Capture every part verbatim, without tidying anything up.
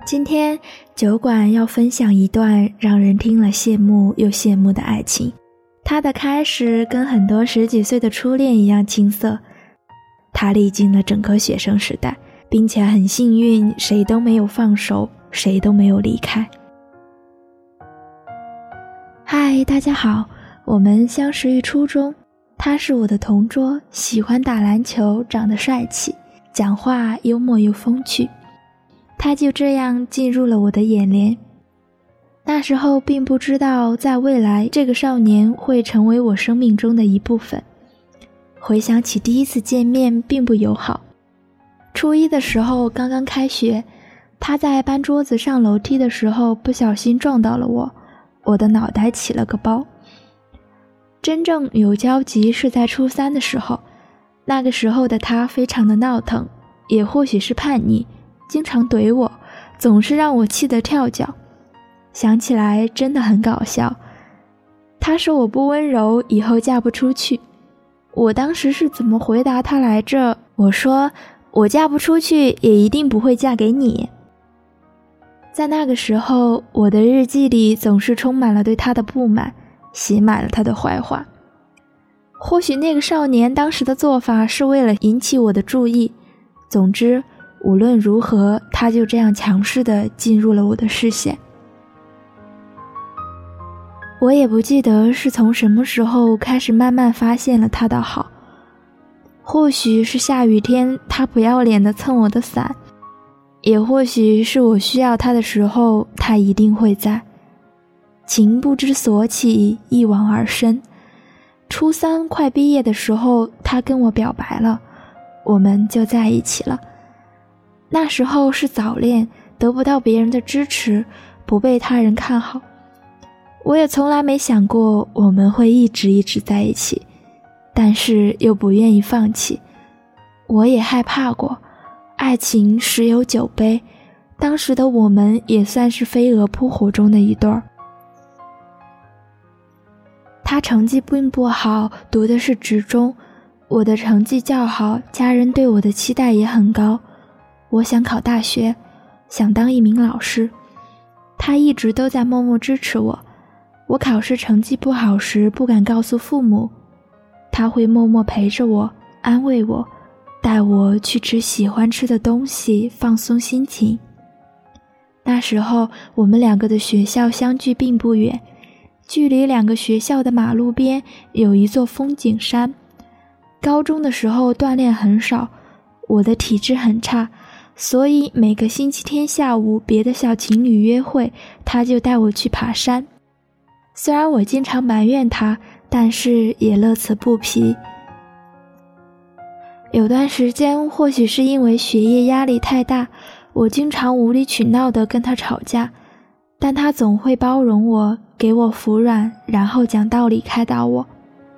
今天酒馆要分享一段让人听了羡慕又羡慕的爱情，它的开始跟很多十几岁的初恋一样青涩，他历经了整个学生时代，并且很幸运，谁都没有放手，谁都没有离开。嗨，大家好，我们相识于初中，他是我的同桌，喜欢打篮球，长得帅气，讲话幽默又风趣。他就这样进入了我的眼帘。那时候并不知道在未来这个少年会成为我生命中的一部分。回想起第一次见面并不友好。初一的时候刚刚开学，他在搬桌子上楼梯的时候不小心撞到了我，我的脑袋起了个包。真正有交集是在初三的时候，那个时候的他非常的闹腾，也或许是叛逆，经常怼我，总是让我气得跳脚。想起来真的很搞笑。他说我不温柔，以后嫁不出去。我当时是怎么回答他来着？我说我嫁不出去，也一定不会嫁给你。在那个时候，我的日记里总是充满了对他的不满，写满了他的坏话。或许那个少年当时的做法是为了引起我的注意，总之无论如何，他就这样强势地进入了我的视线。我也不记得是从什么时候开始慢慢发现了他的好，或许是下雨天他不要脸地蹭我的伞，也或许是我需要他的时候他一定会在。情不知所起，一往而深。初三快毕业的时候，他跟我表白了，我们就在一起了。那时候是早恋，得不到别人的支持，不被他人看好。我也从来没想过我们会一直一直在一起，但是又不愿意放弃。我也害怕过，爱情十有九悲，当时的我们也算是飞蛾扑火中的一对儿。他成绩并不好，读的是职中，我的成绩较好，家人对我的期待也很高。我想考大学，想当一名老师。他一直都在默默支持我。我考试成绩不好时不敢告诉父母，他会默默陪着我，安慰我，带我去吃喜欢吃的东西，放松心情。那时候我们两个的学校相距并不远，距离两个学校的马路边有一座风景山。高中的时候锻炼很少，我的体质很差，所以每个星期天下午别的小情侣约会，他就带我去爬山。虽然我经常埋怨他，但是也乐此不疲。有段时间，或许是因为学业压力太大，我经常无理取闹地跟他吵架，但他总会包容我，给我服软，然后讲道理开导我。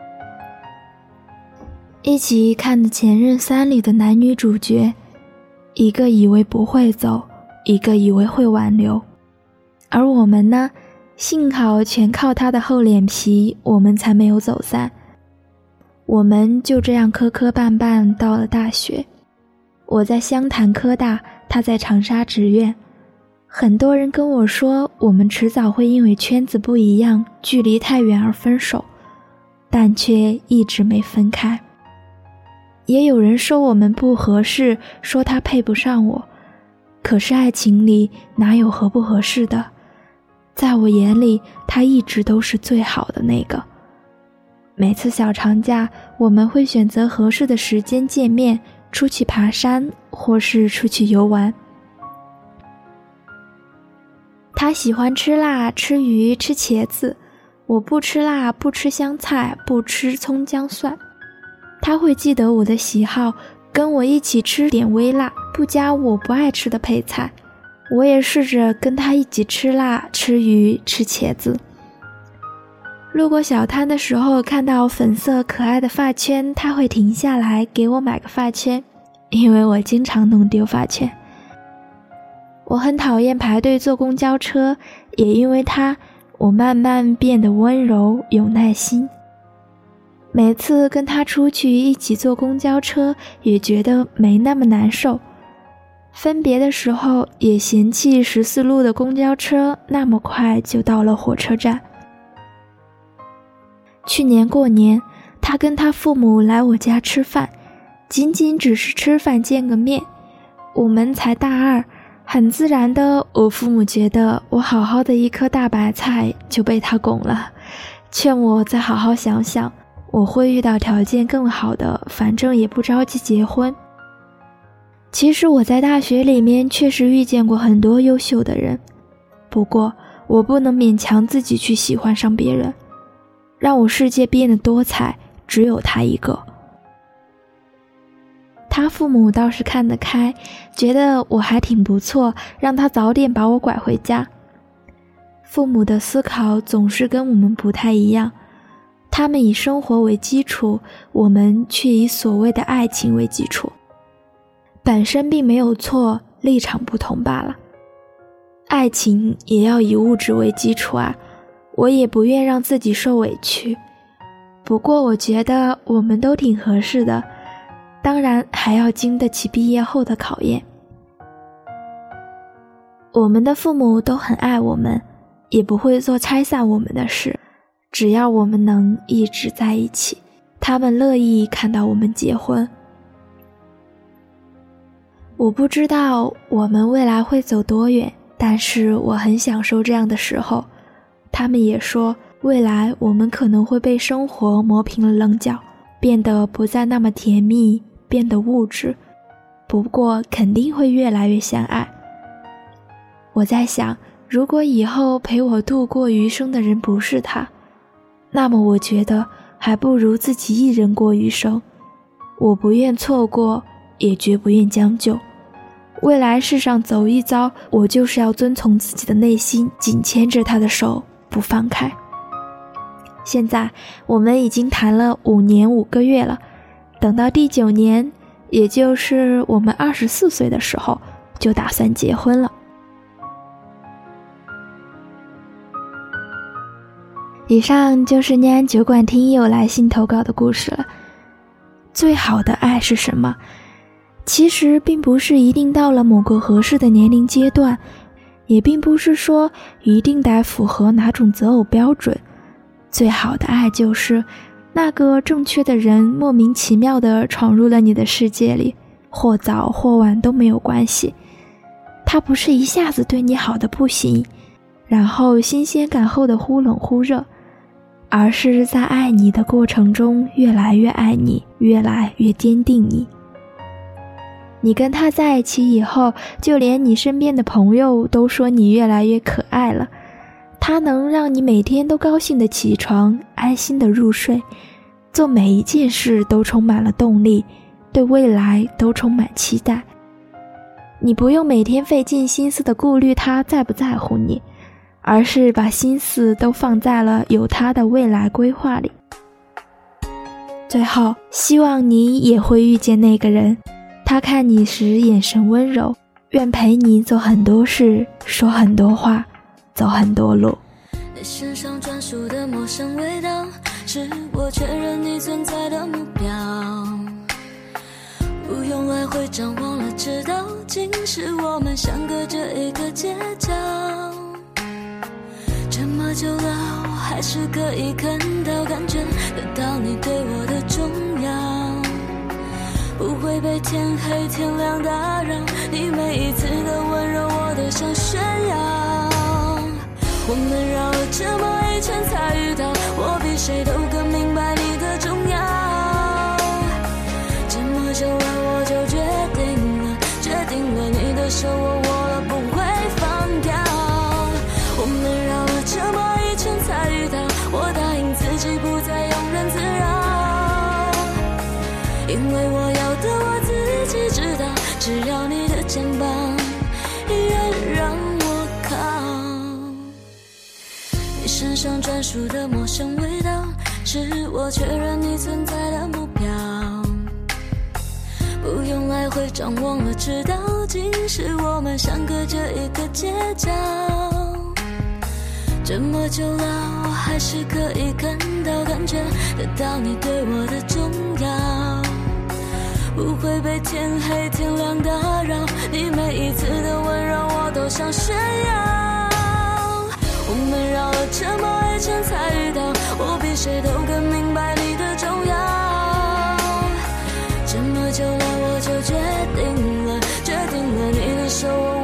一起看的《前任三》里的男女主角，一个以为不会走，一个以为会挽留，而我们呢，幸好全靠他的厚脸皮，我们才没有走散。我们就这样磕磕绊绊到了大学。我在湘潭科大，他在长沙职院。很多人跟我说，我们迟早会因为圈子不一样，距离太远而分手，但却一直没分开。也有人说我们不合适，说他配不上我。可是爱情里哪有合不合适的？在我眼里，他一直都是最好的那个。每次小长假，我们会选择合适的时间见面，出去爬山，或是出去游玩。他喜欢吃辣，吃鱼，吃茄子。我不吃辣，不吃香菜，不吃葱姜蒜。他会记得我的喜好，跟我一起吃点微辣，不加我不爱吃的配菜。我也试着跟他一起吃辣，吃鱼，吃茄子。路过小摊的时候，看到粉色可爱的发圈，他会停下来给我买个发圈，因为我经常弄丢发圈。我很讨厌排队坐公交车，也因为他，我慢慢变得温柔有耐心。每次跟他出去一起坐公交车，也觉得没那么难受。 分别的时候也嫌弃十四路的公交车那么快就到了火车站。去年过年，他跟他父母来我家吃饭，仅仅只是吃饭见个面。我们才大二，很自然的，我父母觉得我好好的一颗大白菜就被他拱了，劝我再好好想想，我会遇到条件更好的，反正也不着急结婚。其实我在大学里面确实遇见过很多优秀的人，不过我不能勉强自己去喜欢上别人，让我世界变得多彩，只有他一个。他父母倒是看得开，觉得我还挺不错，让他早点把我拐回家。父母的思考总是跟我们不太一样，他们以生活为基础，我们却以所谓的爱情为基础。本身并没有错，立场不同罢了。爱情也要以物质为基础啊，我也不愿让自己受委屈。不过我觉得我们都挺合适的，当然还要经得起毕业后的考验。我们的父母都很爱我们，也不会做拆散我们的事，只要我们能一直在一起，他们乐意看到我们结婚。我不知道我们未来会走多远，但是我很享受这样的时候。他们也说，未来我们可能会被生活磨平了棱角，变得不再那么甜蜜，变得物质，不过肯定会越来越相爱。我在想，如果以后陪我度过余生的人不是他，那么我觉得还不如自己一人过余生。我不愿错过，也绝不愿将就。未来世上走一遭，我就是要遵从自己的内心，紧牵着他的手不放开。现在我们已经谈了五年五个月了，等到第九年，也就是我们二十四岁的时候，就打算结婚了。以上就是念安酒馆听友来信投稿的故事了。最好的爱是什么？其实并不是一定到了某个合适的年龄阶段，也并不是说一定得符合哪种择偶标准。最好的爱就是那个正确的人莫名其妙地闯入了你的世界里，或早或晚都没有关系。他不是一下子对你好的不行，然后新鲜感后的忽冷忽热，而是在爱你的过程中越来越爱你，越来越坚定你。你跟他在一起以后，就连你身边的朋友都说你越来越可爱了。他能让你每天都高兴地起床，安心地入睡，做每一件事都充满了动力，对未来都充满期待。你不用每天费尽心思地顾虑他在不在乎你，而是把心思都放在了有他的未来规划里。最后，希望你也会遇见那个人，他看你时眼神温柔，愿陪你做很多事，说很多话，走很多路。 你身上专属的陌生味道，是我确认你存在的目标。不用来回张望了，知道竟是我们相隔着一个街角。这么久了，我还是可以看到，感觉得到你对我的重要。不会被天黑天亮打扰，你每一次的温柔我都想炫耀。我们绕了这么一圈才遇到，我比谁都更明白你的重要。这么久了我就决定了，决定了你的手我握了不会放掉。我们绕了这么一圈才遇到，我答应自己不再庸人自扰，因为我要的我自己知道，只要你的肩膀依然让我靠。你身上专属的陌生味道，是我确认你存在的目标。不用来回张望了，知道竟是我们相隔着一个街角。这么久了，我还是可以看到，感觉得到你对我的重要。 不会被天黑天亮打扰，你每一次的温柔我都想炫耀。我们绕了这么一圈才遇到，我比谁都更明白你的重要。这么久了我就决定了，决定了你的手